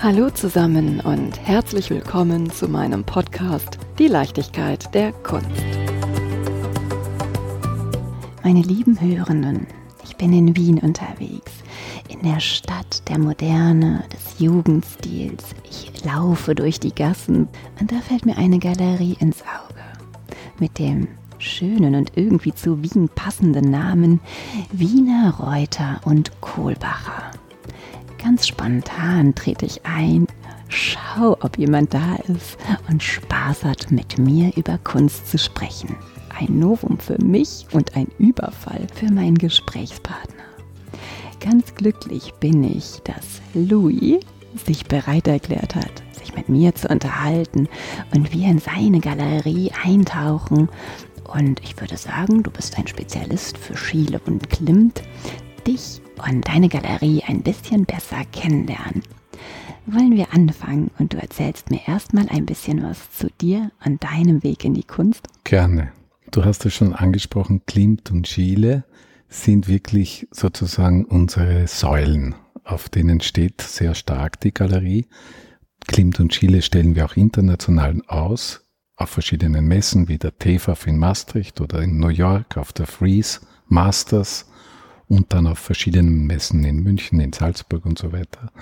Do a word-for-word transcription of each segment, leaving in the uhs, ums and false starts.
Hallo zusammen und herzlich willkommen zu meinem Podcast Die Leichtigkeit der Kunst. Meine lieben Hörenden, ich bin in Wien unterwegs, in der Stadt der Moderne, des Jugendstils. Ich laufe durch die Gassen und da fällt mir eine Galerie ins Auge mit dem schönen und irgendwie zu Wien passenden Namen Wiener Reuter und Kohlbacher. Ganz spontan trete ich ein, schau, ob jemand da ist und Spaß hat, mit mir über Kunst zu sprechen. Ein Novum für mich und ein Überfall für meinen Gesprächspartner. Ganz glücklich bin ich, dass Louis sich bereit erklärt hat, sich mit mir zu unterhalten und wir in seine Galerie eintauchen. Und ich würde sagen, du bist ein Spezialist für Schiele und Klimt. Dich und deine Galerie ein bisschen besser kennenlernen. Wollen wir anfangen und du erzählst mir erstmal ein bisschen was zu dir und deinem Weg in die Kunst? Gerne. Du hast es schon angesprochen, Klimt und Schiele sind wirklich sozusagen unsere Säulen, auf denen steht sehr stark die Galerie. Klimt und Schiele stellen wir auch international aus, auf verschiedenen Messen wie der T F A F in Maastricht oder in New York, auf der Frieze Masters und dann auf verschiedenen Messen in München, in Salzburg und so weiter.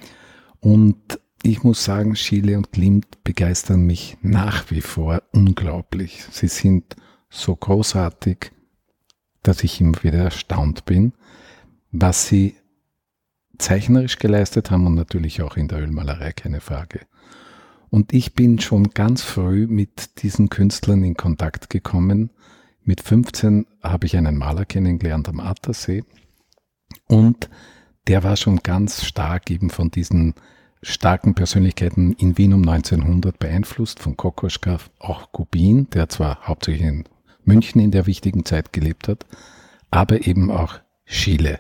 Und ich muss sagen, Schiele und Klimt begeistern mich nach wie vor unglaublich. Sie sind so großartig, dass ich immer wieder erstaunt bin, was sie zeichnerisch geleistet haben und natürlich auch in der Ölmalerei, keine Frage. Und ich bin schon ganz früh mit diesen Künstlern in Kontakt gekommen. Mit fünfzehn habe ich einen Maler kennengelernt am Attersee und der war schon ganz stark eben von diesen starken Persönlichkeiten in Wien um neunzehnhundert beeinflusst, von Kokoschka, auch Gubin, der zwar hauptsächlich in München in der wichtigen Zeit gelebt hat, aber eben auch Schiele.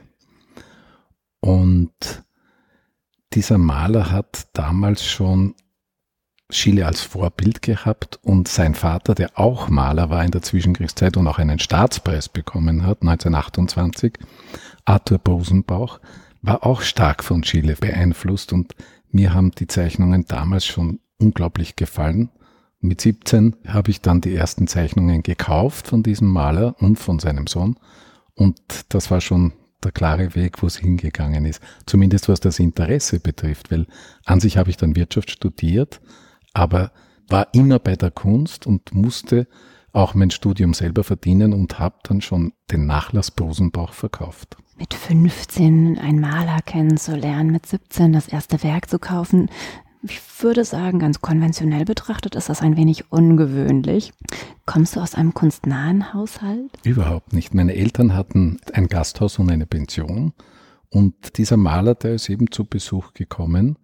Und dieser Maler hat damals schon Schiele als Vorbild gehabt und sein Vater, der auch Maler war in der Zwischenkriegszeit und auch einen Staatspreis bekommen hat, neunzehnhundertachtundzwanzig, Arthur Bosenbauch, war auch stark von Schiele beeinflusst und mir haben die Zeichnungen damals schon unglaublich gefallen. Mit siebzehn habe ich dann die ersten Zeichnungen gekauft von diesem Maler und von seinem Sohn und das war schon der klare Weg, wo es hingegangen ist. Zumindest was das Interesse betrifft, weil an sich habe ich dann Wirtschaft studiert, aber war immer bei der Kunst und musste auch mein Studium selber verdienen und habe dann schon den Nachlass Bosenbauch verkauft. Mit fünfzehn einen Maler kennenzulernen, mit siebzehn das erste Werk zu kaufen, ich würde sagen, ganz konventionell betrachtet ist das ein wenig ungewöhnlich. Kommst du aus einem kunstnahen Haushalt? Überhaupt nicht. Meine Eltern hatten ein Gasthaus und eine Pension und dieser Maler, der ist eben zu Besuch gekommen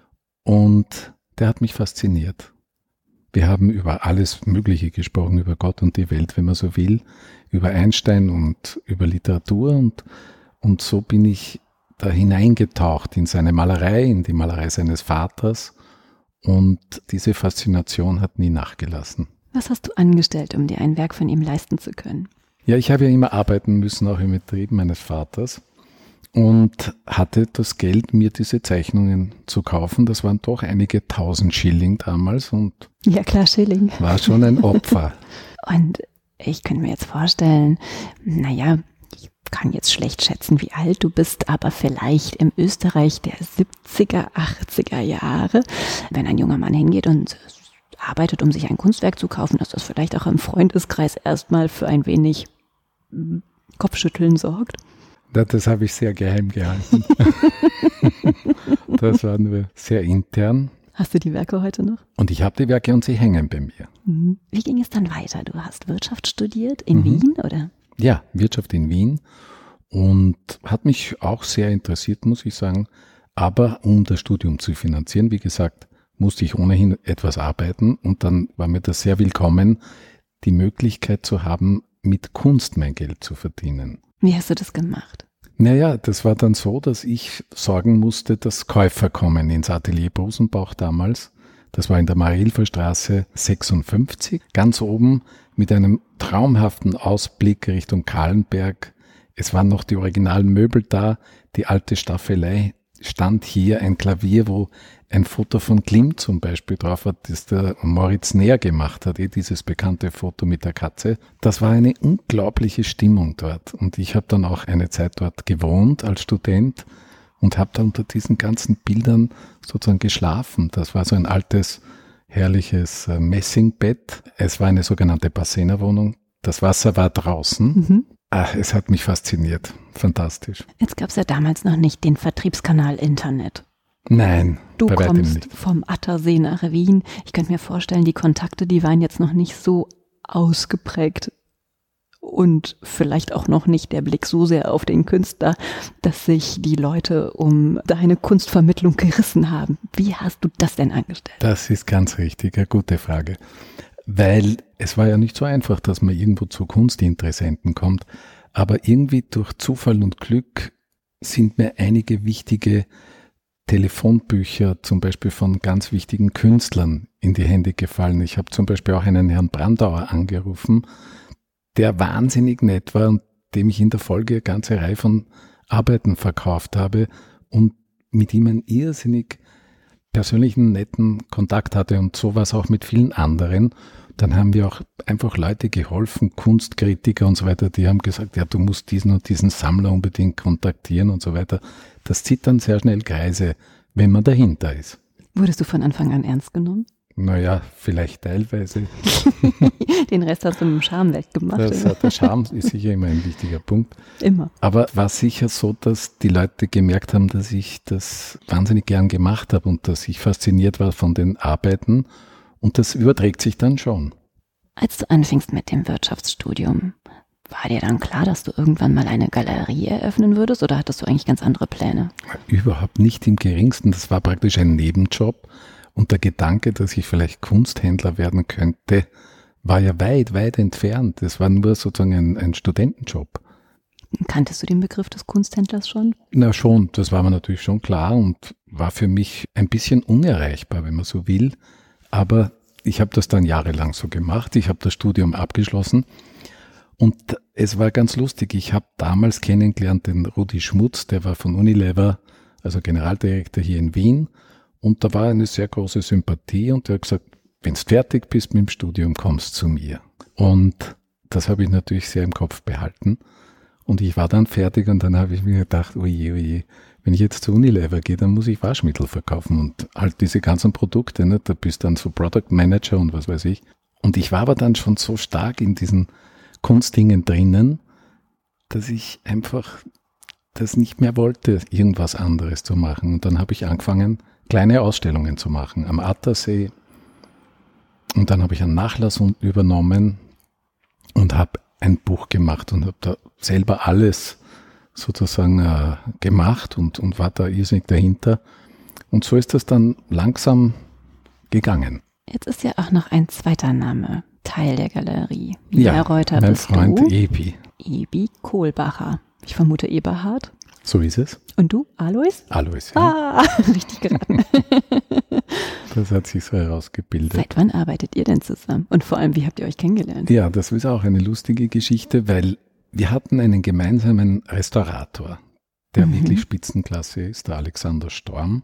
und der hat mich fasziniert. Wir haben über alles Mögliche gesprochen, über Gott und die Welt, wenn man so will, über Einstein und über Literatur und, und so bin ich da hineingetaucht in seine Malerei, in die Malerei seines Vaters und diese Faszination hat nie nachgelassen. Was hast du angestellt, um dir ein Werk von ihm leisten zu können? Ja, ich habe ja immer arbeiten müssen, auch im Betrieb meines Vaters. Und hatte das Geld, mir diese Zeichnungen zu kaufen. Das waren doch einige tausend Schilling damals und ja klar, Schilling. War schon ein Opfer. Und ich könnte mir jetzt vorstellen, naja, ich kann jetzt schlecht schätzen, wie alt du bist, aber vielleicht im Österreich der siebziger, achtziger Jahre, wenn ein junger Mann hingeht und arbeitet, um sich ein Kunstwerk zu kaufen, dass das vielleicht auch im Freundeskreis erstmal für ein wenig Kopfschütteln sorgt. Das habe ich sehr geheim gehalten. Das war nur sehr intern. Hast du die Werke heute noch? Und ich habe die Werke und sie hängen bei mir. Mhm. Wie ging es dann weiter? Du hast Wirtschaft studiert in mhm. Wien, oder? Ja, Wirtschaft in Wien und hat mich auch sehr interessiert, muss ich sagen. Aber um das Studium zu finanzieren, wie gesagt, musste ich ohnehin etwas arbeiten und dann war mir das sehr willkommen, die Möglichkeit zu haben, mit Kunst mein Geld zu verdienen. Wie hast du das gemacht? Naja, das war dann so, dass ich sorgen musste, dass Käufer kommen ins Atelier Bosenbauch damals. Das war in der Marilferstraße sechsundfünfzig, ganz oben mit einem traumhaften Ausblick Richtung Kahlenberg. Es waren noch die originalen Möbel da, die alte Staffelei stand hier, ein Klavier, wo ein Foto von Klimt zum Beispiel drauf war, das der Moritz Näher gemacht hat, eh dieses bekannte Foto mit der Katze. Das war eine unglaubliche Stimmung dort. Und ich habe dann auch eine Zeit dort gewohnt als Student und habe da unter diesen ganzen Bildern sozusagen geschlafen. Das war so ein altes, herrliches Messingbett. Es war eine sogenannte Bassenerwohnung. Das Wasser war draußen. Mhm. Ach, es hat mich fasziniert. Fantastisch. Jetzt gab es ja damals noch nicht den Vertriebskanal Internet. Nein, du bei weitem kommst nicht. Vom Attersee nach Wien. Ich könnte mir vorstellen, die Kontakte, die waren jetzt noch nicht so ausgeprägt und vielleicht auch noch nicht der Blick so sehr auf den Künstler, dass sich die Leute um deine Kunstvermittlung gerissen haben. Wie hast du das denn angestellt? Das ist ganz richtig, eine gute Frage. Weil es war ja nicht so einfach, dass man irgendwo zu Kunstinteressenten kommt, aber irgendwie durch Zufall und Glück sind mir einige wichtige Telefonbücher zum Beispiel von ganz wichtigen Künstlern in die Hände gefallen. Ich habe zum Beispiel auch einen Herrn Brandauer angerufen, der wahnsinnig nett war und dem ich in der Folge eine ganze Reihe von Arbeiten verkauft habe und mit ihm einen irrsinnig persönlichen, netten Kontakt hatte und so war es auch mit vielen anderen. Dann haben wir auch einfach Leute geholfen, Kunstkritiker und so weiter, die haben gesagt, ja, du musst diesen und diesen Sammler unbedingt kontaktieren und so weiter. Das zieht dann sehr schnell Kreise, wenn man dahinter ist. Wurdest du von Anfang an ernst genommen? Naja, vielleicht teilweise. Den Rest hast du mit dem Charme weggemacht. Das, der Charme ist sicher immer ein wichtiger Punkt. Immer. Aber war sicher so, dass die Leute gemerkt haben, dass ich das wahnsinnig gern gemacht habe und dass ich fasziniert war von den Arbeiten. Und das überträgt sich dann schon. Als du anfingst mit dem Wirtschaftsstudium, war dir dann klar, dass du irgendwann mal eine Galerie eröffnen würdest oder hattest du eigentlich ganz andere Pläne? Überhaupt nicht im geringsten. Das war praktisch ein Nebenjob. Und der Gedanke, dass ich vielleicht Kunsthändler werden könnte, war ja weit, weit entfernt. Das war nur sozusagen ein, ein Studentenjob. Kanntest du den Begriff des Kunsthändlers schon? Na schon, das war mir natürlich schon klar und war für mich ein bisschen unerreichbar, wenn man so will. Aber ich habe das dann jahrelang so gemacht. Ich habe das Studium abgeschlossen und es war ganz lustig. Ich habe damals kennengelernt den Rudi Schmutz, der war von Unilever, also Generaldirektor hier in Wien. Und da war eine sehr große Sympathie und er hat gesagt, wenn du fertig bist mit dem Studium, kommst zu mir. Und das habe ich natürlich sehr im Kopf behalten. Und ich war dann fertig und dann habe ich mir gedacht, oje, oje, wenn ich jetzt zu Unilever gehe, dann muss ich Waschmittel verkaufen und halt diese ganzen Produkte, ne? Da bist du dann so Product Manager und was weiß ich. Und ich war aber dann schon so stark in diesen Kunstdingen drinnen, dass ich einfach das nicht mehr wollte, irgendwas anderes zu machen. Und dann habe ich angefangen, kleine Ausstellungen zu machen am Attersee. Und dann habe ich einen Nachlass übernommen und habe ein Buch gemacht und habe da selber alles sozusagen äh, gemacht und, und war da irrsinnig dahinter. Und so ist das dann langsam gegangen. Jetzt ist ja auch noch ein zweiter Name Teil der Galerie. Wie ja, Reuter mein bist Freund du? Ebi. Ebi Kohlbacher. Ich vermute Eberhard. So ist es. Und du, Alois? Alois, ja. Ah, richtig geraten. Das hat sich so herausgebildet. Seit wann arbeitet ihr denn zusammen? Und vor allem, wie habt ihr euch kennengelernt? Ja, das ist auch eine lustige Geschichte, weil wir hatten einen gemeinsamen Restaurator, der mhm. wirklich Spitzenklasse ist, der Alexander Storm.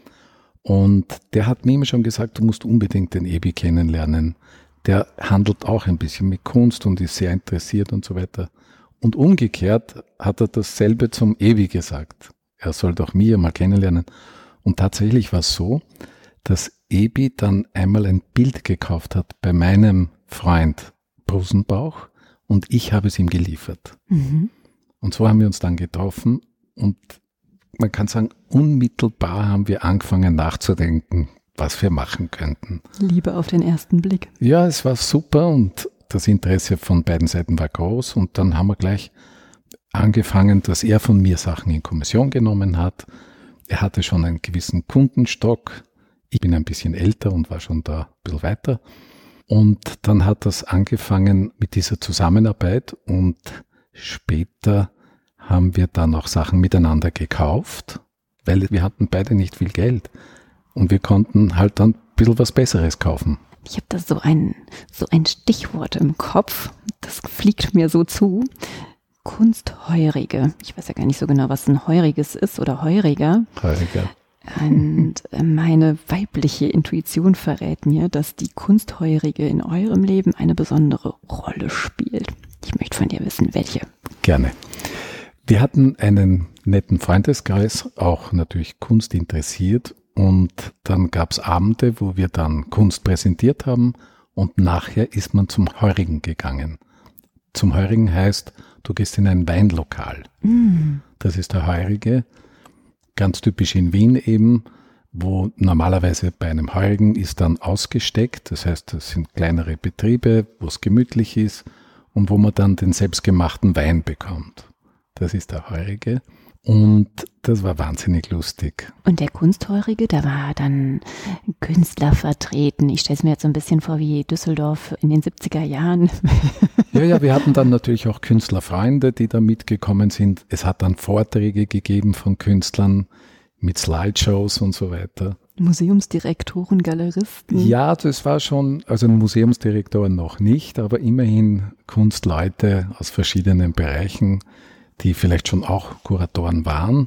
Und der hat mir immer schon gesagt, du musst unbedingt den Ebi kennenlernen. Der handelt auch ein bisschen mit Kunst und ist sehr interessiert und so weiter. Und umgekehrt hat er dasselbe zum Ebi gesagt. Er soll doch mir mal kennenlernen. Und tatsächlich war es so, dass Ebi dann einmal ein Bild gekauft hat bei meinem Freund Brusenbauch und ich habe es ihm geliefert. Mhm. Und so haben wir uns dann getroffen und man kann sagen, unmittelbar haben wir angefangen nachzudenken, was wir machen könnten. Liebe auf den ersten Blick. Ja, es war super und das Interesse von beiden Seiten war groß und dann haben wir gleich angefangen, dass er von mir Sachen in Kommission genommen hat. Er hatte schon einen gewissen Kundenstock. Ich bin ein bisschen älter und war schon da ein bisschen weiter. Und dann hat das angefangen mit dieser Zusammenarbeit und später haben wir dann auch Sachen miteinander gekauft, weil wir hatten beide nicht viel Geld und wir konnten halt dann ein bisschen was Besseres kaufen. Ich habe da so ein, so ein Stichwort im Kopf, das fliegt mir so zu. Kunstheurige. Ich weiß ja gar nicht so genau, was ein Heuriges ist oder Heuriger. Heuriger. Und meine weibliche Intuition verrät mir, dass die Kunstheurige in eurem Leben eine besondere Rolle spielt. Ich möchte von dir wissen, welche. Gerne. Wir hatten einen netten Freundeskreis, auch natürlich Kunst interessiert. Und dann gab es Abende, wo wir dann Kunst präsentiert haben. Und nachher ist man zum Heurigen gegangen. Zum Heurigen heißt, du gehst in ein Weinlokal. Mm. Das ist der Heurige. Ganz typisch in Wien eben, wo normalerweise bei einem Heurigen ist dann ausgesteckt. Das heißt, das sind kleinere Betriebe, wo es gemütlich ist und wo man dann den selbstgemachten Wein bekommt. Das ist der Heurige. Und das war wahnsinnig lustig. Und der Kunstheurige, da war dann Künstler vertreten. Ich stelle es mir jetzt so ein bisschen vor wie Düsseldorf in den siebziger Jahren. Ja, ja, wir hatten dann natürlich auch Künstlerfreunde, die da mitgekommen sind. Es hat dann Vorträge gegeben von Künstlern mit Slideshows und so weiter. Museumsdirektoren, Galeristen? Ja, das war schon, also Museumsdirektoren noch nicht, aber immerhin Kunstleute aus verschiedenen Bereichen, die vielleicht schon auch Kuratoren waren.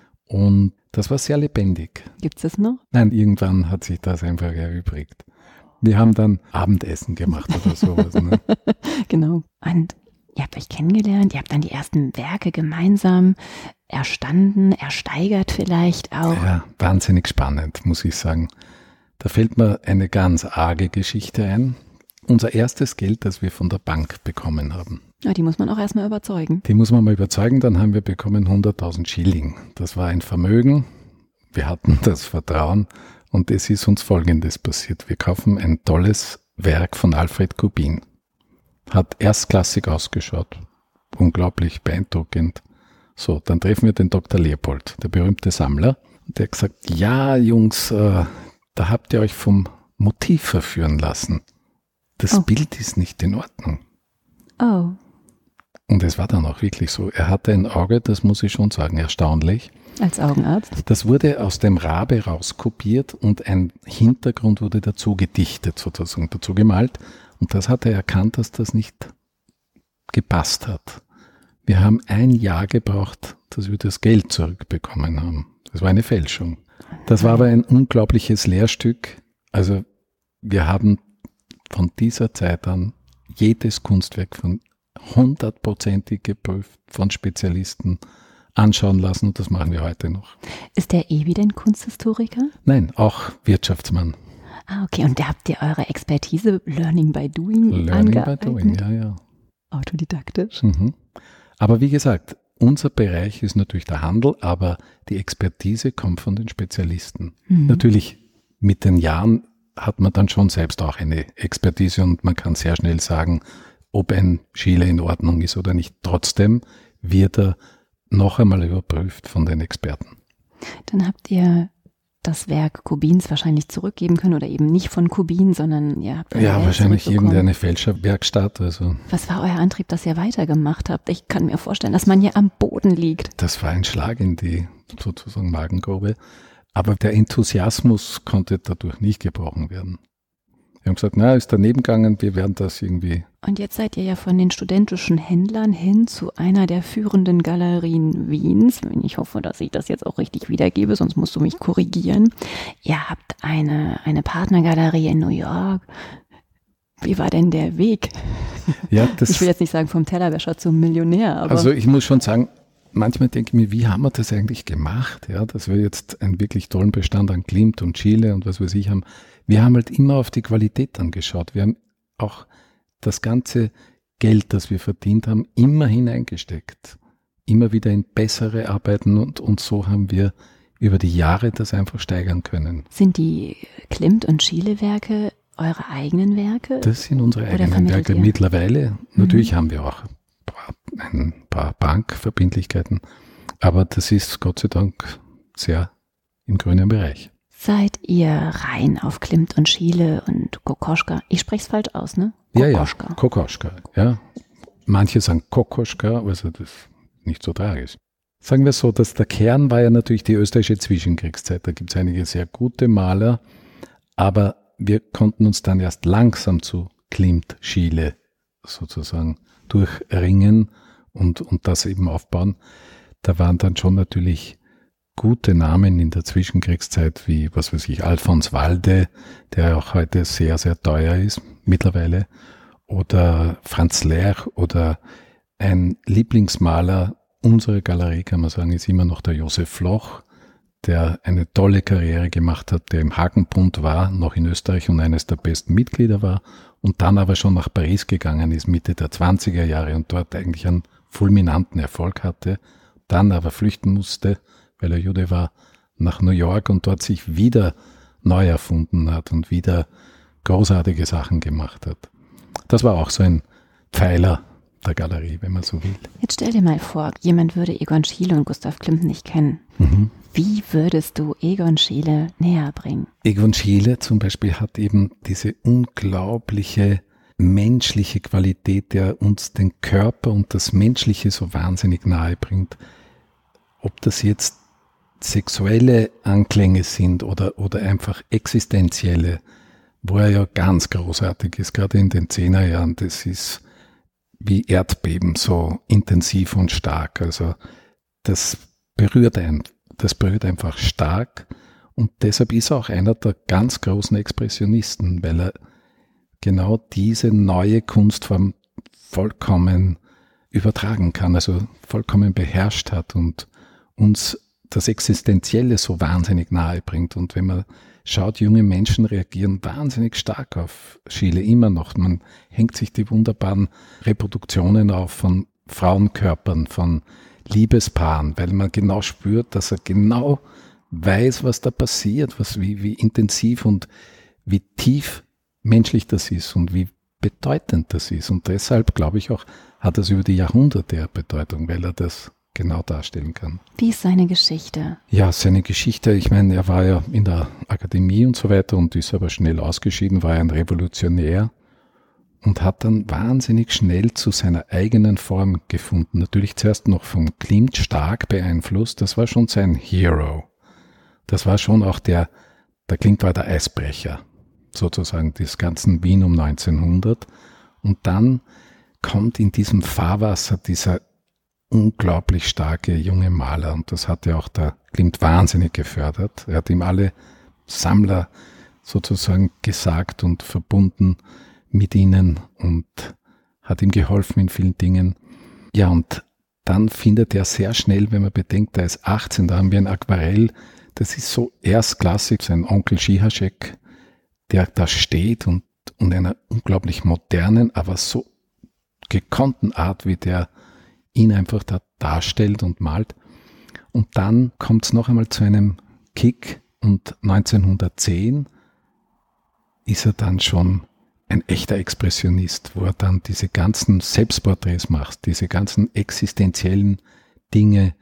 Und das war sehr lebendig. Gibt es das noch? Nein, irgendwann hat sich das einfach erübrigt. Wir haben dann Abendessen gemacht oder sowas. Ne? Genau. Und ihr habt euch kennengelernt, ihr habt dann die ersten Werke gemeinsam erstanden, ersteigert vielleicht auch. Ja, wahnsinnig spannend, muss ich sagen. Da fällt mir eine ganz arge Geschichte ein. Unser erstes Geld, das wir von der Bank bekommen haben. Ja, die muss man auch erstmal überzeugen. Die muss man mal überzeugen, dann haben wir bekommen hunderttausend Schilling. Das war ein Vermögen. Wir hatten das Vertrauen und es ist uns Folgendes passiert. Wir kaufen ein tolles Werk von Alfred Kubin. Hat erstklassig ausgeschaut. Unglaublich beeindruckend. So, dann treffen wir den Doktor Leopold, der berühmte Sammler. Und der hat gesagt, ja Jungs, äh, da habt ihr euch vom Motiv verführen lassen. Das oh. Bild ist nicht in Ordnung. Oh. Und es war dann auch wirklich so. Er hatte ein Auge, das muss ich schon sagen, erstaunlich. Als Augenarzt? Das wurde aus dem Rabe rauskopiert und ein Hintergrund wurde dazu gedichtet, sozusagen dazu gemalt. Und das hat er erkannt, dass das nicht gepasst hat. Wir haben ein Jahr gebraucht, dass wir das Geld zurückbekommen haben. Das war eine Fälschung. Das war aber ein unglaubliches Lehrstück. Also wir haben von dieser Zeit an jedes Kunstwerk von hundertprozentig geprüft, von Spezialisten anschauen lassen und das machen wir heute noch. Ist der Ebi denn Kunsthistoriker? Nein, auch Wirtschaftsmann. Ah, okay. Und da habt ihr eure Expertise Learning by Doing Learning angeeignet? by Doing, ja, ja. Autodidaktisch. Mhm. Aber wie gesagt, unser Bereich ist natürlich der Handel, aber die Expertise kommt von den Spezialisten. Mhm. Natürlich mit den Jahren hat man dann schon selbst auch eine Expertise und man kann sehr schnell sagen, ob ein Schiele in Ordnung ist oder nicht. Trotzdem wird er noch einmal überprüft von den Experten. Dann habt ihr das Werk Kubins wahrscheinlich zurückgeben können oder eben nicht von Kubin, sondern ihr habt ja Geld wahrscheinlich irgendeine Fälscherwerkstatt. Also. Was war euer Antrieb, dass ihr weitergemacht habt? Ich kann mir vorstellen, dass man hier am Boden liegt. Das war ein Schlag in die sozusagen Magengrube. Aber der Enthusiasmus konnte dadurch nicht gebrochen werden. Wir haben gesagt, na, ist daneben gegangen, wir werden das irgendwie. Und jetzt seid ihr ja von den studentischen Händlern hin zu einer der führenden Galerien Wiens. Ich hoffe, dass ich das jetzt auch richtig wiedergebe, sonst musst du mich korrigieren. Ihr habt eine, eine Partnergalerie in New York. Wie war denn der Weg? Ja, das, ich will jetzt nicht sagen vom Tellerwäscher zum Millionär. Aber also ich muss schon sagen, manchmal denke ich mir, wie haben wir das eigentlich gemacht? Ja, dass wir jetzt einen wirklich tollen Bestand an Klimt und Schiele und was weiß ich haben. Wir haben halt immer auf die Qualität angeschaut. Wir haben auch das ganze Geld, das wir verdient haben, immer hineingesteckt. Immer wieder in bessere Arbeiten und, und so haben wir über die Jahre das einfach steigern können. Sind die Klimt- und Schiele-Werke eure eigenen Werke? Das sind unsere eigenen Werke. Ihr? Mittlerweile, mhm. Natürlich haben wir auch ein paar Bankverbindlichkeiten, aber das ist Gott sei Dank sehr im grünen Bereich. Seid ihr rein auf Klimt und Schiele und Kokoschka? Ich spreche es falsch aus, ne? Kokoschka. Ja, ja, Kokoschka, ja. Manche sagen Kokoschka, also das ist nicht so tragisch. Sagen wir so, dass der Kern war ja natürlich die österreichische Zwischenkriegszeit. Da gibt es einige sehr gute Maler, aber wir konnten uns dann erst langsam zu Klimt, Schiele sozusagen durchringen und, und das eben aufbauen. Da waren dann schon natürlich gute Namen in der Zwischenkriegszeit wie, was weiß ich, Alfons Walde, der auch heute sehr, sehr teuer ist mittlerweile, oder Franz Lerch oder ein Lieblingsmaler unserer Galerie, kann man sagen, ist immer noch der Josef Floch, der eine tolle Karriere gemacht hat, der im Hagenbund war, noch in Österreich und eines der besten Mitglieder war und dann aber schon nach Paris gegangen ist, Mitte der zwanziger Jahre und dort eigentlich einen fulminanten Erfolg hatte, dann aber flüchten musste, weil er Jude war, nach New York und dort sich wieder neu erfunden hat und wieder großartige Sachen gemacht hat. Das war auch so ein Pfeiler der Galerie, wenn man so will. Jetzt stell dir mal vor, jemand würde Egon Schiele und Gustav Klimt nicht kennen. Mhm. Wie würdest du Egon Schiele näher bringen? Egon Schiele zum Beispiel hat eben diese unglaubliche menschliche Qualität, der uns den Körper und das Menschliche so wahnsinnig nahe bringt. Ob das jetzt sexuelle Anklänge sind oder, oder einfach existenzielle, wo er ja ganz großartig ist, gerade in den Zehnerjahren, das ist wie Erdbeben, so intensiv und stark. Also das berührt einen, das berührt einfach stark und deshalb ist er auch einer der ganz großen Expressionisten, weil er genau diese neue Kunstform vollkommen übertragen kann, also vollkommen beherrscht hat und uns das Existenzielle so wahnsinnig nahe bringt. Und wenn man schaut, junge Menschen reagieren wahnsinnig stark auf Schiele, immer noch. Man hängt sich die wunderbaren Reproduktionen auf von Frauenkörpern, von Liebespaaren, weil man genau spürt, dass er genau weiß, was da passiert, was, wie, wie intensiv und wie tief menschlich das ist und wie bedeutend das ist. Und deshalb, glaube ich auch, hat es über die Jahrhunderte Bedeutung, weil er das genau darstellen kann. Wie ist seine Geschichte? Ja, seine Geschichte, ich meine, er war ja in der Akademie und so weiter und ist aber schnell ausgeschieden, war ein Revolutionär und hat dann wahnsinnig schnell zu seiner eigenen Form gefunden. Natürlich zuerst noch vom Klimt stark beeinflusst, das war schon sein Hero. Das war schon auch der, der Klimt war der Eisbrecher, sozusagen des ganzen Wien um neunzehnhundert. Und dann kommt in diesem Fahrwasser dieser unglaublich starke junge Maler und das hat ja auch der Klimt wahnsinnig gefördert. Er hat ihm alle Sammler sozusagen gesagt und verbunden mit ihnen und hat ihm geholfen in vielen Dingen. Ja, und dann findet er sehr schnell, wenn man bedenkt, er ist achtzehn, da haben wir ein Aquarell, das ist so erstklassig, sein Onkel Schihaschek, der da steht und, und einer unglaublich modernen, aber so gekonnten Art, wie der ihn einfach da darstellt und malt. Und dann kommt es noch einmal zu einem Kick und neunzehnhundertzehn ist er dann schon ein echter Expressionist, wo er dann diese ganzen Selbstporträts macht, diese ganzen existenziellen Dinge,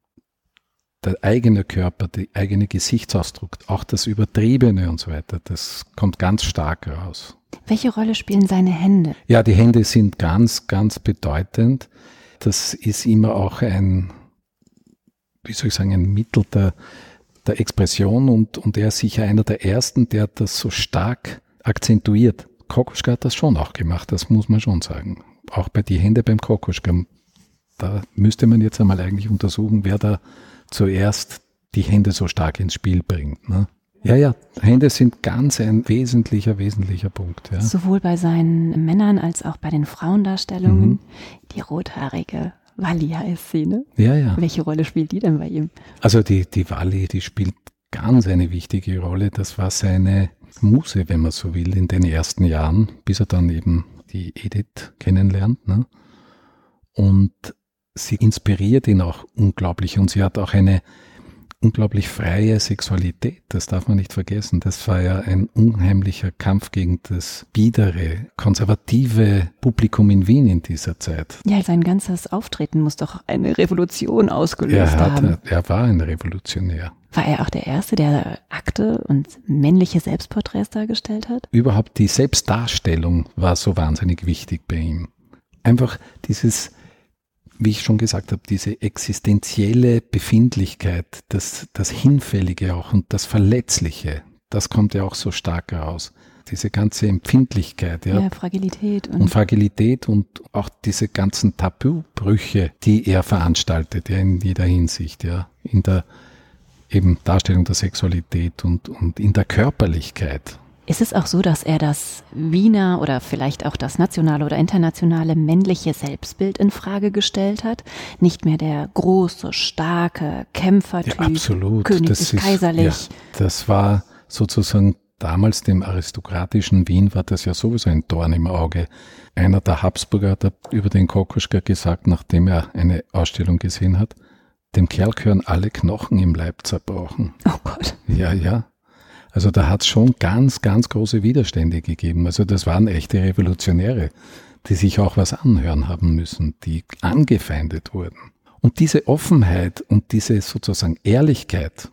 der eigene Körper, der eigene Gesichtsausdruck, auch das Übertriebene und so weiter, das kommt ganz stark raus. Welche Rolle spielen seine Hände? Ja, die Hände sind ganz, ganz bedeutend. Das ist immer auch ein, wie soll ich sagen, ein Mittel der, der Expression und, und er ist sicher einer der Ersten, der das so stark akzentuiert. Kokoschka hat das schon auch gemacht, das muss man schon sagen. Auch bei die Hände beim Kokoschka, da müsste man jetzt einmal eigentlich untersuchen, wer da zuerst die Hände so stark ins Spiel bringt. Ne? Ja, ja, Hände sind ganz ein wesentlicher, wesentlicher Punkt. Ja. Sowohl bei seinen Männern als auch bei den Frauendarstellungen. Mhm. Die rothaarige Walli heißt sie, ne? Ja, ja. Welche Rolle spielt die denn bei ihm? Also die, die Walli, die spielt ganz eine wichtige Rolle. Das war seine Muse, wenn man so will, in den ersten Jahren, bis er dann eben die Edith kennenlernt. Ne? Und sie inspiriert ihn auch unglaublich und sie hat auch eine unglaublich freie Sexualität, das darf man nicht vergessen. Das war ja ein unheimlicher Kampf gegen das biedere, konservative Publikum in Wien in dieser Zeit. Ja, sein ganzes Auftreten muss doch eine Revolution ausgelöst er hat, haben. Er war ein Revolutionär. War er auch der Erste, der Akte und männliche Selbstporträts dargestellt hat? Überhaupt die Selbstdarstellung war so wahnsinnig wichtig bei ihm. Einfach dieses, wie ich schon gesagt habe, diese existenzielle Befindlichkeit, das, das Hinfällige auch und das Verletzliche, das kommt ja auch so stark heraus. Diese ganze Empfindlichkeit. Ja, ja Fragilität. Und, und Fragilität und auch diese ganzen Tabubrüche, die er veranstaltet, ja, in jeder Hinsicht. Ja, in der eben Darstellung der Sexualität und, und in der Körperlichkeit. Ist es auch so, dass er das Wiener oder vielleicht auch das nationale oder internationale männliche Selbstbild in Frage gestellt hat? Nicht mehr der große, starke Kämpfertyp, ja, absolut. königlich, kaiserlich. Ja, das war sozusagen damals dem aristokratischen Wien war das ja sowieso ein Dorn im Auge. Einer der Habsburger hat über den Kokoschka gesagt, nachdem er eine Ausstellung gesehen hat, dem Kerl gehören alle Knochen im Leib zerbrochen. Oh Gott. Ja, ja. Also da hat es schon ganz, ganz große Widerstände gegeben. Also das waren echte Revolutionäre, die sich auch was anhören haben müssen, die angefeindet wurden. Und diese Offenheit und diese sozusagen Ehrlichkeit,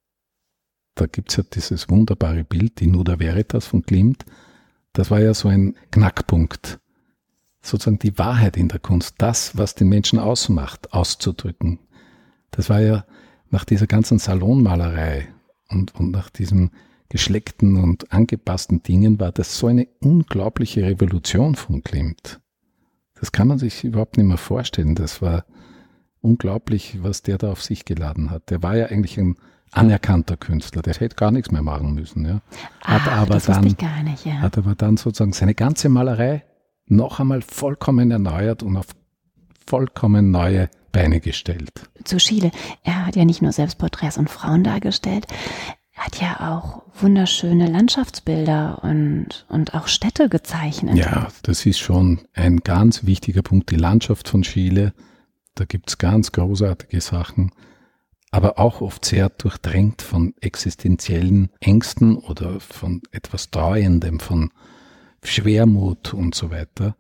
da gibt's ja dieses wunderbare Bild, die Nuda Veritas von Klimt, das war ja so ein Knackpunkt, sozusagen die Wahrheit in der Kunst, das, was den Menschen ausmacht, auszudrücken. Das war ja nach dieser ganzen Salonmalerei und, und nach diesem geschleckten und angepassten Dingen war das so eine unglaubliche Revolution von Klimt. Das kann man sich überhaupt nicht mehr vorstellen. Das war unglaublich, was der da auf sich geladen hat. Der war ja eigentlich ein anerkannter Künstler. Der hätte gar nichts mehr machen müssen. Ja. Hat, Ach, aber das dann, wusste ich gar nicht, ja. hat aber dann sozusagen seine ganze Malerei noch einmal vollkommen erneuert und auf vollkommen neue Beine gestellt. Zu Schiele. Er hat ja nicht nur Selbstporträts und Frauen dargestellt, er hat ja auch wunderschöne Landschaftsbilder und, und auch Städte gezeichnet. Ja, das ist schon ein ganz wichtiger Punkt, die Landschaft von Schiele. Da gibt's ganz großartige Sachen, aber auch oft sehr durchdrängt von existenziellen Ängsten oder von etwas Treuendem, von Schwermut und so weiter.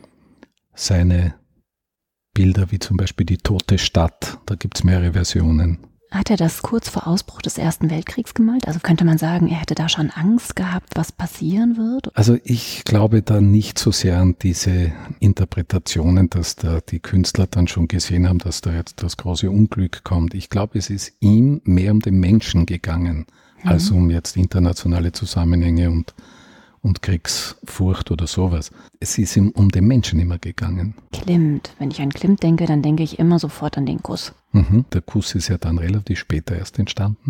Seine Bilder wie zum Beispiel die Tote Stadt, da gibt's mehrere Versionen. Hat er das kurz vor Ausbruch des Ersten Weltkriegs gemalt? Also könnte man sagen, er hätte da schon Angst gehabt, was passieren wird? Also ich glaube da nicht so sehr an diese Interpretationen, dass da die Künstler dann schon gesehen haben, dass da jetzt das große Unglück kommt. Ich glaube, es ist ihm mehr um den Menschen gegangen, mhm. als um jetzt internationale Zusammenhänge und und Kriegsfurcht oder sowas. Es ist ihm um den Menschen immer gegangen. Klimt. Wenn ich an Klimt denke, dann denke ich immer sofort an den Kuss. Mhm, der Kuss ist ja dann relativ später erst entstanden.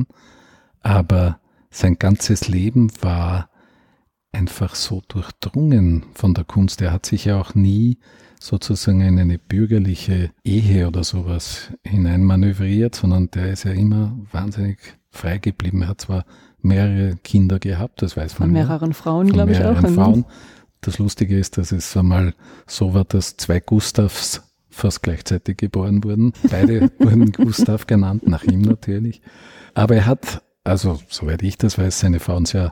Aber sein ganzes Leben war einfach so durchdrungen von der Kunst. Er hat sich ja auch nie sozusagen in eine bürgerliche Ehe oder sowas hineinmanövriert, sondern der ist ja immer wahnsinnig frei geblieben. Er hat zwar mehrere Kinder gehabt, das weiß man. Von mehreren Frauen, glaube ich auch. Frauen. Das Lustige ist, dass es einmal so war, dass zwei Gustavs fast gleichzeitig geboren wurden. Beide wurden Gustav genannt, nach ihm natürlich. Aber er hat, also soweit ich das weiß, seine Frauen sehr,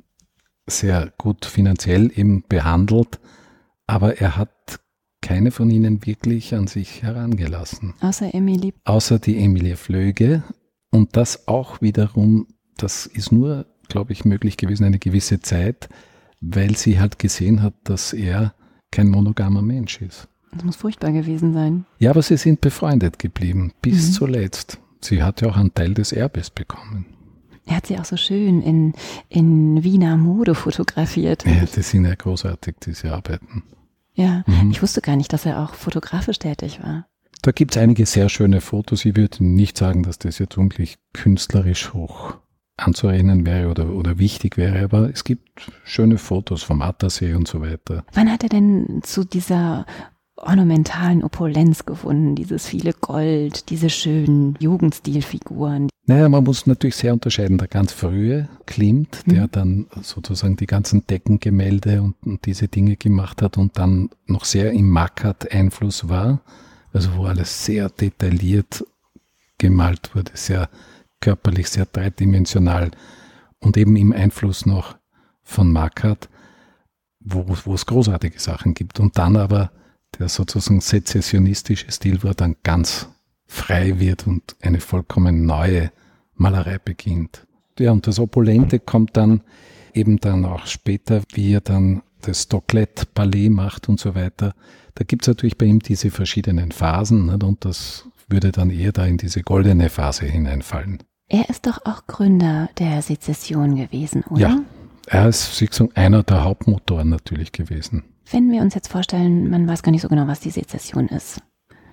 sehr gut finanziell eben behandelt, aber er hat keine von ihnen wirklich an sich herangelassen. Außer Emilie. Außer die Emilie Flöge. Und das auch wiederum, das ist nur, glaube ich, möglich gewesen eine gewisse Zeit, weil sie halt gesehen hat, dass er kein monogamer Mensch ist. Das muss furchtbar gewesen sein. Ja, aber sie sind befreundet geblieben, bis mhm. zuletzt. Sie hat ja auch einen Teil des Erbes bekommen. Er hat sie auch so schön in, in Wiener Mode fotografiert. Ja, das sind ja großartig, diese Arbeiten. Ja, mhm. ich wusste gar nicht, dass er auch fotografisch tätig war. Da gibt es einige sehr schöne Fotos. Ich würde nicht sagen, dass das jetzt wirklich künstlerisch hoch anzurechnen wäre oder, oder wichtig wäre, aber es gibt schöne Fotos vom Attersee und so weiter. Wann hat er denn zu dieser ornamentalen Opulenz gefunden, dieses viele Gold, diese schönen Jugendstilfiguren? Naja, man muss natürlich sehr unterscheiden. Der ganz frühe Klimt, der mhm. dann sozusagen die ganzen Deckengemälde und, und diese Dinge gemacht hat und dann noch sehr im Mackert-Einfluss war, also wo alles sehr detailliert gemalt wurde, sehr körperlich, sehr dreidimensional und eben im Einfluss noch von Mackert, wo, wo es großartige Sachen gibt. Und dann aber der sozusagen sezessionistische Stil, wo er dann ganz frei wird und eine vollkommen neue Malerei beginnt. Ja, und das Opulente kommt dann eben dann auch später, wie er dann das Stocklet-Palais macht und so weiter. Da gibt es natürlich bei ihm diese verschiedenen Phasen, nicht? Und das würde dann eher da in diese goldene Phase hineinfallen. Er ist doch auch Gründer der Sezession gewesen, oder? Ja, er ist sozusagen einer der Hauptmotoren natürlich gewesen. Wenn wir uns jetzt vorstellen, man weiß gar nicht so genau, was die Sezession ist.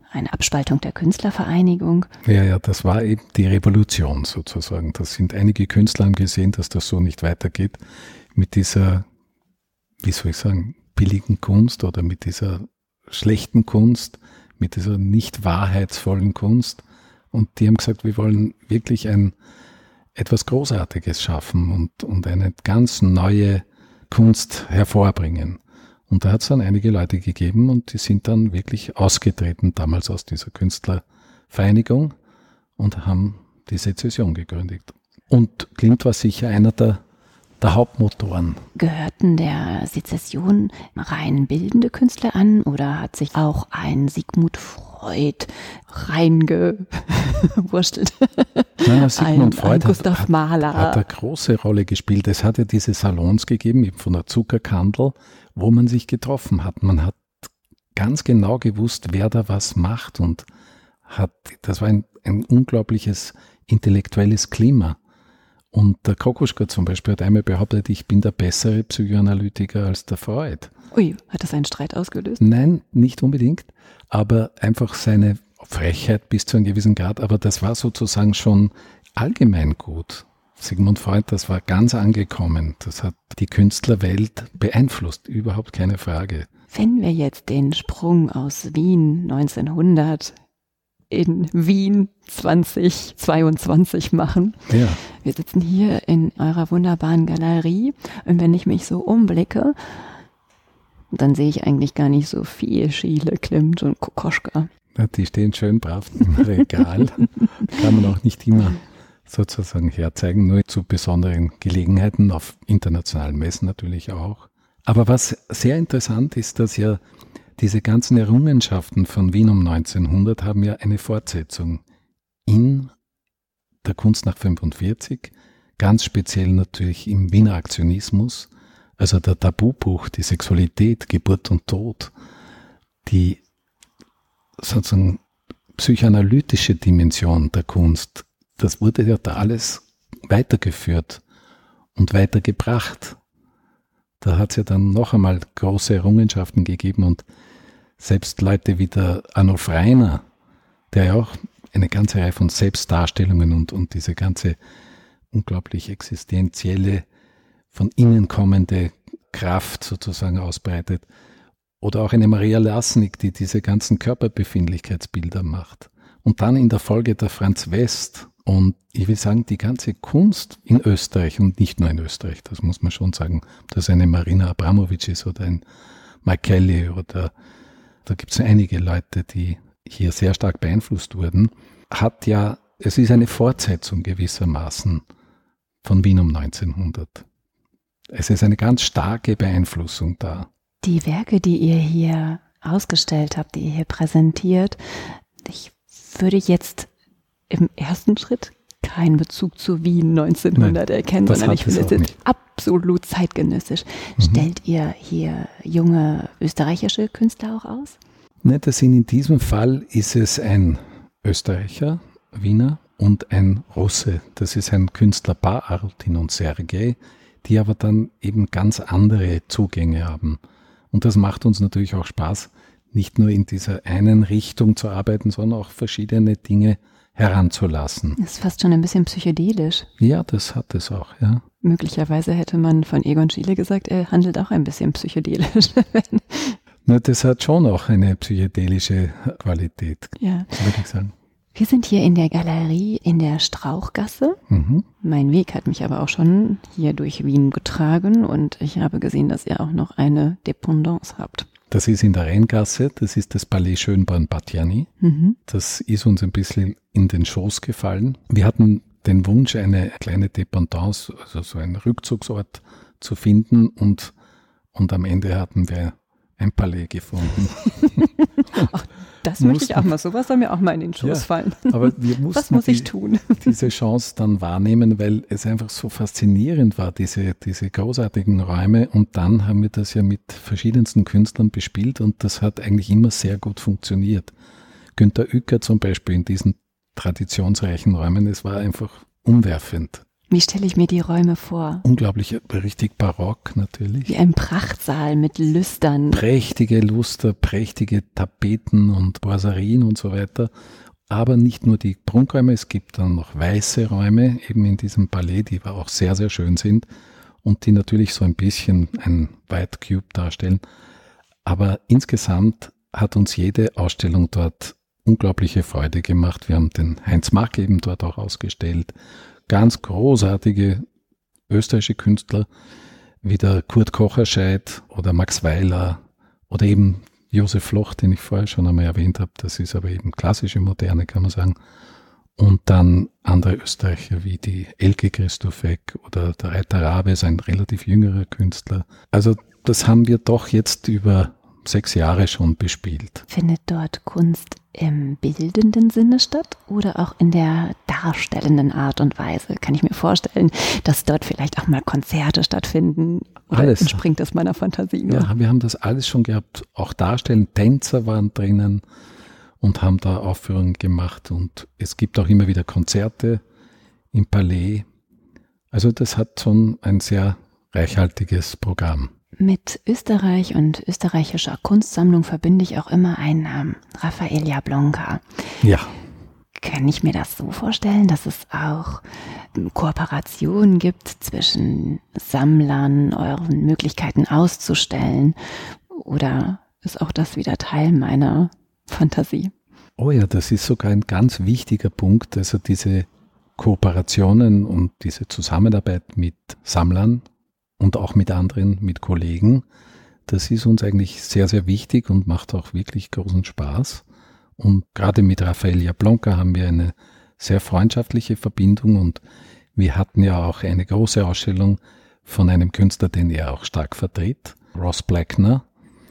eine Abspaltung der Künstlervereinigung. Ja, ja, das war eben die Revolution sozusagen. Das sind einige Künstler haben gesehen, dass das so nicht weitergeht mit dieser, wie soll ich sagen, billigen Kunst oder mit dieser schlechten Kunst, mit dieser nicht wahrheitsvollen Kunst. Und die haben gesagt, wir wollen wirklich ein etwas Großartiges schaffen und, und eine ganz neue Kunst hervorbringen. Und da hat es dann einige Leute gegeben und die sind dann wirklich ausgetreten, damals aus dieser Künstlervereinigung und haben die Sezession gegründet. Und Klimt war sicher einer der, der Hauptmotoren. Gehörten der Sezession rein bildende Künstler an oder hat sich auch ein Sigmund Freud reingewurstelt? Nein, Sigmund ein, Freud ein Gustav hat, Mahler. hat eine große Rolle gespielt. Es hat ja diese Salons gegeben, eben von der Zuckerkandel, wo man sich getroffen hat. Man hat ganz genau gewusst, wer da was macht und hat, das war ein, ein unglaubliches intellektuelles Klima. Und der Kokoschka zum Beispiel hat einmal behauptet, ich bin der bessere Psychoanalytiker als der Freud. Ui, hat das einen Streit ausgelöst? Nein, nicht unbedingt, aber einfach seine Frechheit bis zu einem gewissen Grad, aber das war sozusagen schon allgemein gut. Sigmund Freud, das war ganz angekommen, das hat die Künstlerwelt beeinflusst, überhaupt keine Frage. Wenn wir jetzt den Sprung aus Wien neunzehnhundert in Wien zweitausendzweiundzwanzig machen. Ja. Wir sitzen hier in eurer wunderbaren Galerie und wenn ich mich so umblicke, dann sehe ich eigentlich gar nicht so viel Schiele, Klimt und Kokoschka. Ja, die stehen schön brav im Regal, kann man auch nicht immer sozusagen herzeigen, nur zu besonderen Gelegenheiten, auf internationalen Messen natürlich auch. Aber was sehr interessant ist, dass ja diese ganzen Errungenschaften von Wien um neunzehnhundert haben ja eine Fortsetzung in der Kunst nach fünfundvierzig, ganz speziell natürlich im Wiener Aktionismus, also der Tabubruch, die Sexualität, Geburt und Tod, die sozusagen psychoanalytische Dimension der Kunst, das wurde ja da alles weitergeführt und weitergebracht. Da hat es ja dann noch einmal große Errungenschaften gegeben und selbst Leute wie der Arnulf Rainer, der ja auch eine ganze Reihe von Selbstdarstellungen und, und diese ganze unglaublich existenzielle, von innen kommende Kraft sozusagen ausbreitet. Oder auch eine Maria Lasnik, die diese ganzen Körperbefindlichkeitsbilder macht. Und dann in der Folge der Franz West. Und ich will sagen, die ganze Kunst in Österreich und nicht nur in Österreich, das muss man schon sagen, dass eine Marina Abramovic ist oder ein Mike Kelly oder da gibt es einige Leute, die hier sehr stark beeinflusst wurden, hat ja, es ist eine Fortsetzung gewissermaßen von Wien um neunzehnhundert. Es ist eine ganz starke Beeinflussung da. Die Werke, die ihr hier ausgestellt habt, die ihr hier präsentiert, ich würde jetzt im ersten Schritt keinen Bezug zu Wien neunzehnhundert Nein, erkennen, sondern ich finde es jetzt absolut zeitgenössisch. Mhm. Stellt ihr hier junge österreichische Künstler auch aus? Ne, das sind in diesem Fall ist es ein Österreicher, Wiener und ein Russe. Das ist ein Künstlerpaar, Arutin und Sergei, die aber dann eben ganz andere Zugänge haben. Und das macht uns natürlich auch Spaß, nicht nur in dieser einen Richtung zu arbeiten, sondern auch verschiedene Dinge heranzulassen. Das ist fast schon ein bisschen psychedelisch. Ja, das hat es auch, ja. Möglicherweise hätte man von Egon Schiele gesagt, er handelt auch ein bisschen psychedelisch. Na, das hat schon auch eine psychedelische Qualität, ja. würde ich sagen. Wir sind hier in der Galerie in der Strauchgasse. Mhm. Mein Weg hat mich aber auch schon hier durch Wien getragen und ich habe gesehen, dass ihr auch noch eine Dependance habt. Das ist in der Rheingasse, das ist das Palais Schönborn-Battiani. Mhm. Das ist uns ein bisschen in den Schoß gefallen. Wir hatten den Wunsch, eine kleine Dependance, also so einen Rückzugsort zu finden und, und am Ende hatten wir ein Palais gefunden. Ach, das möchte ich auch mal, sowas soll mir auch mal in den Schoß ja, fallen. Aber wir mussten Was muss ich die, tun? diese Chance dann wahrnehmen, weil es einfach so faszinierend war, diese, diese großartigen Räume. Und dann haben wir das ja mit verschiedensten Künstlern bespielt und das hat eigentlich immer sehr gut funktioniert. Günter Uecker zum Beispiel in diesen traditionsreichen Räumen, es war einfach umwerfend. Wie stelle ich mir die Räume vor? Unglaublich, richtig barock natürlich. Wie ein Prachtsaal mit Lüstern. Prächtige Luster, prächtige Tapeten und Boiserien und so weiter. Aber nicht nur die Prunkräume, es gibt dann noch weiße Räume, eben in diesem Palais, die auch sehr, sehr schön sind und die natürlich so ein bisschen ein White Cube darstellen. Aber insgesamt hat uns jede Ausstellung dort unglaubliche Freude gemacht. Wir haben den Heinz Mack eben dort auch ausgestellt. Ganz großartige österreichische Künstler wie der Kurt Kocherscheid oder Max Weiler oder eben Josef Loch, den ich vorher schon einmal erwähnt habe. Das ist aber eben klassische Moderne, kann man sagen. Und dann andere Österreicher wie die Elke Christoffek oder der Reiter Rabe, ist ein relativ jüngerer Künstler. Also das haben wir doch jetzt über sechs Jahre schon bespielt. Findet dort Kunst im bildenden Sinne statt oder auch in der darstellenden Art und Weise? Kann ich mir vorstellen, dass dort vielleicht auch mal Konzerte stattfinden? Oder alles. Entspringt das meiner Fantasie nur? Ja, wir haben das alles schon gehabt. Auch Darstellen, Tänzer waren drinnen und haben da Aufführungen gemacht. Und es gibt auch immer wieder Konzerte im Palais. Also das hat schon ein sehr reichhaltiges Programm. Mit Österreich und österreichischer Kunstsammlung verbinde ich auch immer einen Namen, Rafael Jablonka. Ja. Kann ich mir das so vorstellen, dass es auch Kooperationen gibt zwischen Sammlern, euren Möglichkeiten auszustellen? Oder ist auch das wieder Teil meiner Fantasie? Oh ja, das ist sogar ein ganz wichtiger Punkt. Also diese Kooperationen und diese Zusammenarbeit mit Sammlern und auch mit anderen, mit Kollegen, das ist uns eigentlich sehr, sehr wichtig und macht auch wirklich großen Spaß. Und gerade mit Rafael Jablonka haben wir eine sehr freundschaftliche Verbindung und wir hatten ja auch eine große Ausstellung von einem Künstler, den er auch stark vertritt, Ross Blackner,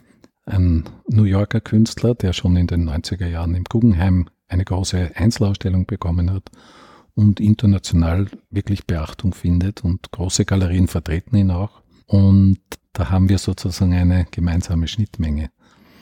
ein New Yorker Künstler, der schon in den neunziger Jahren im Guggenheim eine große Einzelausstellung bekommen hat und international wirklich Beachtung findet und große Galerien vertreten ihn auch. Und da haben wir sozusagen eine gemeinsame Schnittmenge.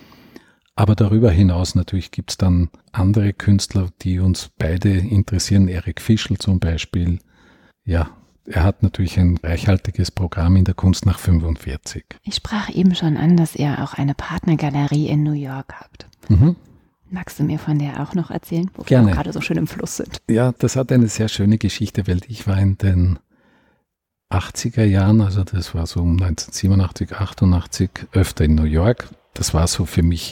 Aber darüber hinaus natürlich gibt es dann andere Künstler, die uns beide interessieren. Erik Fischl zum Beispiel. Ja, er hat natürlich ein reichhaltiges Programm in der Kunst nach fünfundvierzig. Ich sprach eben schon an, dass ihr auch eine Partnergalerie in New York habt. Mhm. Magst du mir von der auch noch erzählen, wo Gerne. wir gerade so schön im Fluss sind? Ja, das hat eine sehr schöne Geschichte, weil ich war in den achtziger Jahren, also das war so um neunzehnhundertsiebenundachtzig, achtundachtzig, öfter in New York. Das war so für mich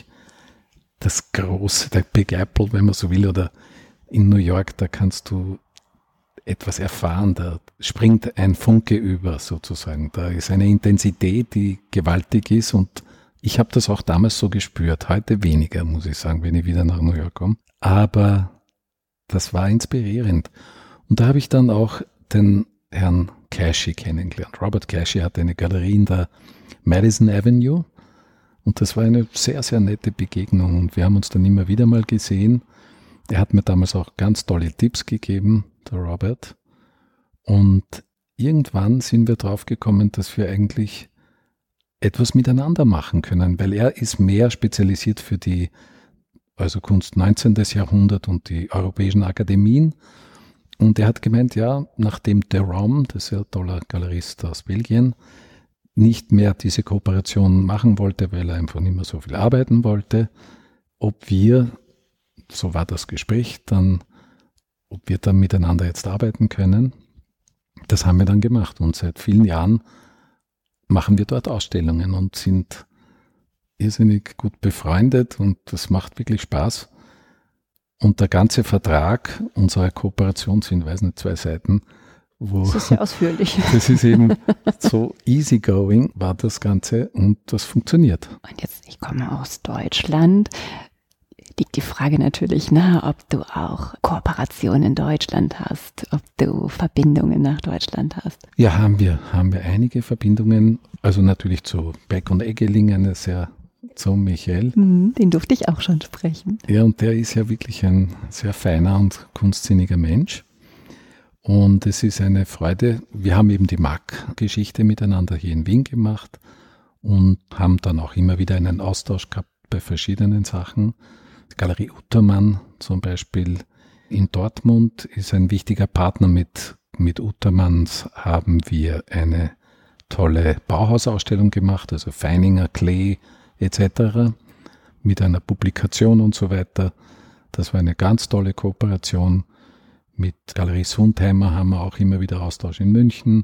das große, der Big Apple, wenn man so will, oder in New York, da kannst du etwas erfahren, da springt ein Funke über sozusagen. Da ist eine Intensität, die gewaltig ist und ich habe das auch damals so gespürt, heute weniger, muss ich sagen, wenn ich wieder nach New York komme. Aber das war inspirierend. Und da habe ich dann auch den Herrn Cashy kennengelernt. Robert Cashy hatte eine Galerie in der Madison Avenue und das war eine sehr, sehr nette Begegnung und wir haben uns dann immer wieder mal gesehen. Er hat mir damals auch ganz tolle Tipps gegeben, der Robert. Und irgendwann sind wir drauf gekommen, dass wir eigentlich etwas miteinander machen können, weil er ist mehr spezialisiert für die also Kunst neunzehnten Jahrhundert und die europäischen Akademien. Und er hat gemeint, ja, nachdem Derome, das ist ja ein toller Galerist aus Belgien, nicht mehr diese Kooperation machen wollte, weil er einfach nicht mehr so viel arbeiten wollte, ob wir, so war das Gespräch, dann, ob wir dann miteinander jetzt arbeiten können. Das haben wir dann gemacht und seit vielen Jahren machen wir dort Ausstellungen und sind irrsinnig gut befreundet und das macht wirklich Spaß. Und der ganze Vertrag unserer Kooperation sind, weiß nicht, zwei Seiten. Wo das ist ja ausführlich. Das ist eben so easygoing war das Ganze und das funktioniert. Und jetzt, ich komme aus Deutschland. Liegt die Frage natürlich nahe, ob du auch Kooperationen in Deutschland hast, ob du Verbindungen nach Deutschland hast. Ja, haben wir, haben wir einige Verbindungen. Also natürlich zu Beck und Eggeling, eine sehr zu Michael. Den durfte ich auch schon sprechen. Ja, und der ist ja wirklich ein sehr feiner und kunstsinniger Mensch. Und es ist eine Freude. Wir haben eben die M A C-Geschichte miteinander hier in Wien gemacht und haben dann auch immer wieder einen Austausch gehabt bei verschiedenen Sachen. Die Galerie Uttermann zum Beispiel in Dortmund ist ein wichtiger Partner mit mit Utermanns haben wir eine tolle Bauhausausstellung gemacht, also Feininger, Klee et cetera mit einer Publikation und so weiter. Das war eine ganz tolle Kooperation. Mit Galerie Sundheimer haben wir auch immer wieder Austausch in München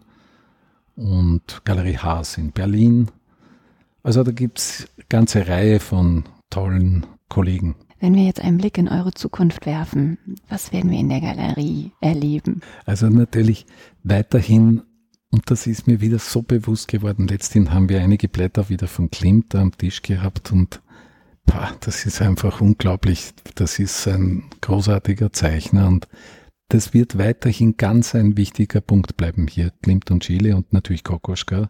und Galerie Haas in Berlin. Also da gibt es eine ganze Reihe von tollen Kollegen. Wenn wir jetzt einen Blick in eure Zukunft werfen, was werden wir in der Galerie erleben? Also natürlich weiterhin, und das ist mir wieder so bewusst geworden, letztendlich haben wir einige Blätter wieder von Klimt am Tisch gehabt und boah, das ist einfach unglaublich. Das ist ein großartiger Zeichner und das wird weiterhin ganz ein wichtiger Punkt bleiben hier. Klimt und Schiele und natürlich Kokoschka.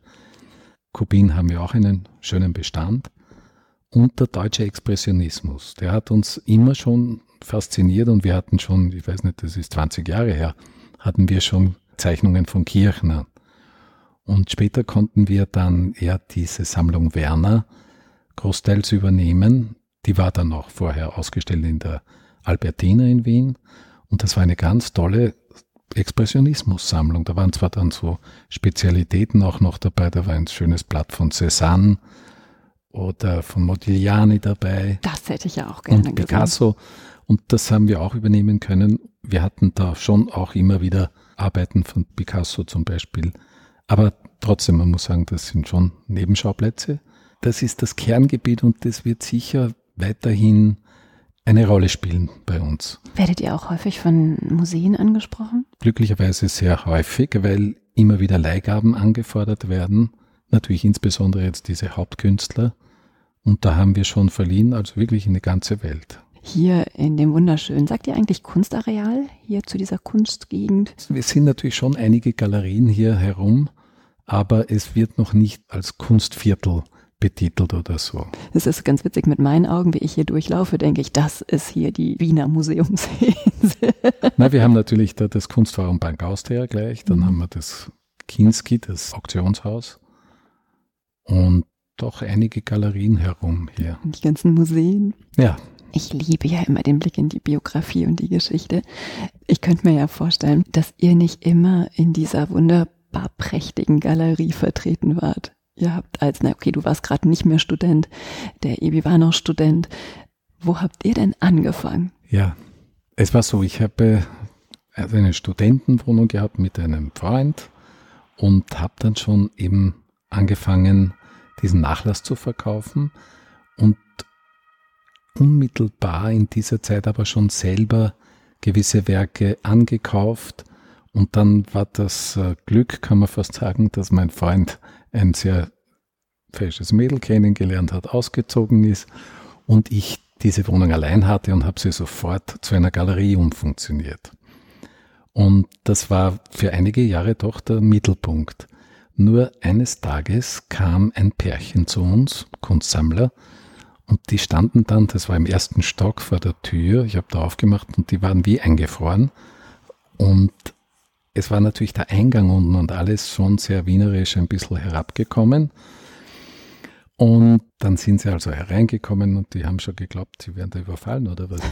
Kubin haben wir auch einen schönen Bestand. Und der deutsche Expressionismus, der hat uns immer schon fasziniert und wir hatten schon, ich weiß nicht, das ist zwanzig Jahre her, hatten wir schon Zeichnungen von Kirchner. Und später konnten wir dann eher diese Sammlung Werner großteils übernehmen. Die war dann auch vorher ausgestellt in der Albertina in Wien. Und das war eine ganz tolle Expressionismus-Sammlung. Da waren zwar dann so Spezialitäten auch noch dabei, da war ein schönes Blatt von Cézanne oder von Modigliani dabei. Das hätte ich ja auch gerne und Picasso. Gesehen. Und das haben wir auch übernehmen können. Wir hatten da schon auch immer wieder Arbeiten von Picasso zum Beispiel. Aber trotzdem, man muss sagen, das sind schon Nebenschauplätze. Das ist das Kerngebiet und das wird sicher weiterhin eine Rolle spielen bei uns. Werdet ihr auch häufig von Museen angesprochen? Glücklicherweise sehr häufig, weil immer wieder Leihgaben angefordert werden. Natürlich insbesondere jetzt diese Hauptkünstler. Und da haben wir schon verliehen, also wirklich in die ganze Welt. Hier in dem wunderschönen, sagt ihr eigentlich Kunstareal, hier zu dieser Kunstgegend? Wir sind natürlich schon einige Galerien hier herum, aber es wird noch nicht als Kunstviertel betitelt oder so. Es ist ganz witzig, mit meinen Augen, wie ich hier durchlaufe, denke ich, das ist hier die Wiener Museumsinsel. Na, wir haben natürlich da das Kunstforum Bank Austria gleich, dann mhm. haben wir das Kinski, das Auktionshaus und doch einige Galerien herum hier. Und die ganzen Museen. Ja. Ich liebe ja immer den Blick in die Biografie und die Geschichte. Ich könnte mir ja vorstellen, dass ihr nicht immer in dieser wunderbar prächtigen Galerie vertreten wart. Ihr habt als, na okay, du warst gerade nicht mehr Student, der Ebi war noch Student. Wo habt ihr denn angefangen? Ja, es war so, ich habe also eine Studentenwohnung gehabt mit einem Freund und habe dann schon eben angefangen, diesen Nachlass zu verkaufen und unmittelbar in dieser Zeit aber schon selber gewisse Werke angekauft. Und dann war das Glück, kann man fast sagen, dass mein Freund ein sehr fesches Mädel kennengelernt hat, ausgezogen ist und ich diese Wohnung allein hatte und habe sie sofort zu einer Galerie umfunktioniert. Und das war für einige Jahre doch der Mittelpunkt. Nur eines Tages kam ein Pärchen zu uns, Kunstsammler, und die standen dann, das war im ersten Stock vor der Tür, ich habe da aufgemacht und die waren wie eingefroren. Und es war natürlich der Eingang unten und alles schon sehr wienerisch ein bisschen herabgekommen. Und dann sind sie also hereingekommen und die haben schon geglaubt, sie werden da überfallen oder was.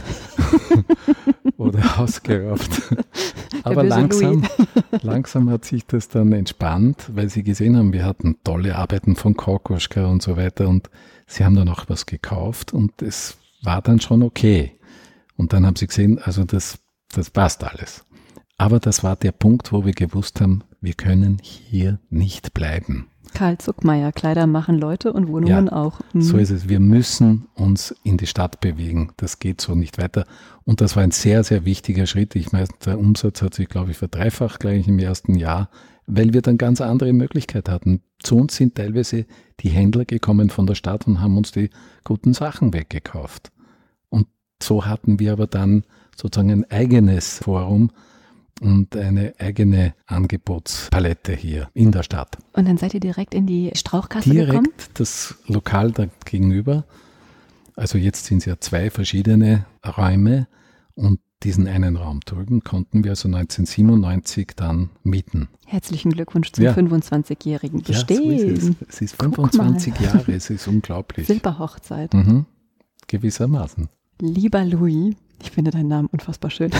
Oder ausgeraubt. Aber langsam, langsam hat sich das dann entspannt, weil sie gesehen haben, wir hatten tolle Arbeiten von Kokoschka und so weiter und sie haben dann auch was gekauft und es war dann schon okay. Und dann haben sie gesehen, also das, das passt alles. Aber das war der Punkt, wo wir gewusst haben, wir können hier nicht bleiben. Karl Zuckmeier, Kleider machen Leute und Wohnungen ja, auch. Mhm. So ist es. Wir müssen uns in die Stadt bewegen. Das geht so nicht weiter. Und das war ein sehr, sehr wichtiger Schritt. Ich meine, der Umsatz hat sich, glaube ich, verdreifacht gleich im ersten Jahr, weil wir dann ganz andere Möglichkeiten hatten. Zu uns sind teilweise die Händler gekommen von der Stadt und haben uns die guten Sachen weggekauft. Und so hatten wir aber dann sozusagen ein eigenes Forum und eine eigene Angebotspalette hier in der Stadt. Und dann seid ihr direkt in die Strauchgasse direkt gekommen? Direkt das Lokal da gegenüber. Also jetzt sind es ja zwei verschiedene Räume und diesen einen Raum drüben konnten wir also neunzehnhundertsiebenundneunzig dann mieten. Herzlichen Glückwunsch zum ja. fünfundzwanzigjährigen Bestehen. Ja, so ist es. Es ist fünfundzwanzig Jahre, es ist unglaublich. Silberhochzeit. Mhm. Gewissermaßen. Lieber Louis, Ich finde deinen Namen unfassbar schön.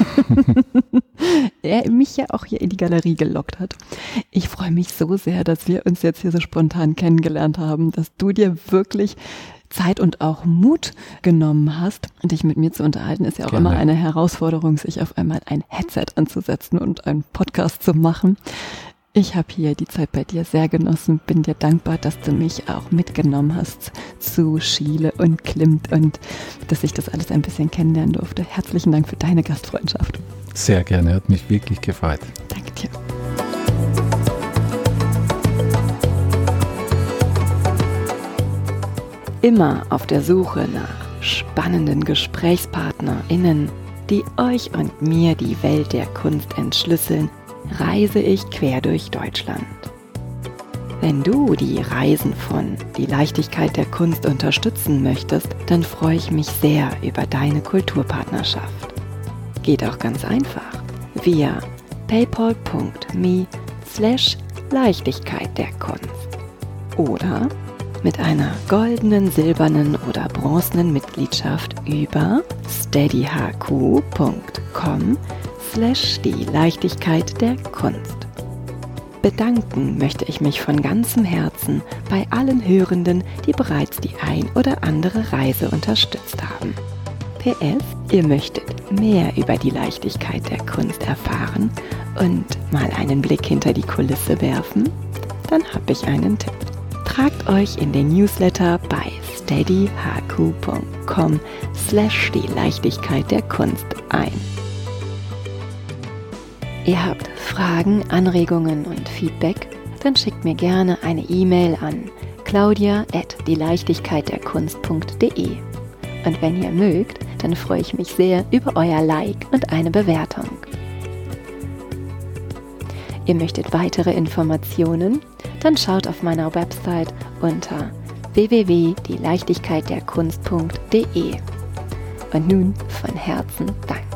Er mich ja auch hier in die Galerie gelockt hat. Ich freue mich so sehr, dass wir uns jetzt hier so spontan kennengelernt haben, dass du dir wirklich Zeit und auch Mut genommen hast, dich mit mir zu unterhalten. Ist ja auch Gerne. Immer eine Herausforderung, sich auf einmal ein Headset anzusetzen und einen Podcast zu machen. Ich habe hier die Zeit bei dir sehr genossen, bin dir dankbar, dass du mich auch mitgenommen hast zu Schiele und Klimt und dass ich das alles ein bisschen kennenlernen durfte. Herzlichen Dank für deine Gastfreundschaft. Sehr gerne, hat mich wirklich gefreut. Danke dir. Immer auf der Suche nach spannenden GesprächspartnerInnen, die euch und mir die Welt der Kunst entschlüsseln, reise ich quer durch Deutschland. Wenn du die Reisen von Die Leichtigkeit der Kunst unterstützen möchtest, dann freue ich mich sehr über deine Kulturpartnerschaft. Geht auch ganz einfach via paypal.me slash Leichtigkeit der Kunst oder mit einer goldenen, silbernen oder bronzenen Mitgliedschaft über steadyhq.com slash die Leichtigkeit der Kunst. Bedanken möchte ich mich von ganzem Herzen bei allen Hörenden, die bereits die ein oder andere Reise unterstützt haben. P S. Ihr möchtet mehr über die Leichtigkeit der Kunst erfahren und mal einen Blick hinter die Kulisse werfen? Dann habe ich einen Tipp. Tragt euch in den Newsletter bei steadyhq.com slash die Leichtigkeit der Kunst ein. Ihr habt Fragen, Anregungen und Feedback? Dann schickt mir gerne eine E-Mail an claudia at die leichtigkeit der kunst punkt de. Und wenn ihr mögt, dann freue ich mich sehr über euer Like und eine Bewertung. Ihr möchtet weitere Informationen? Dann schaut auf meiner Website unter w w w punkt die leichtigkeit der kunst punkt de. Und nun von Herzen Dank.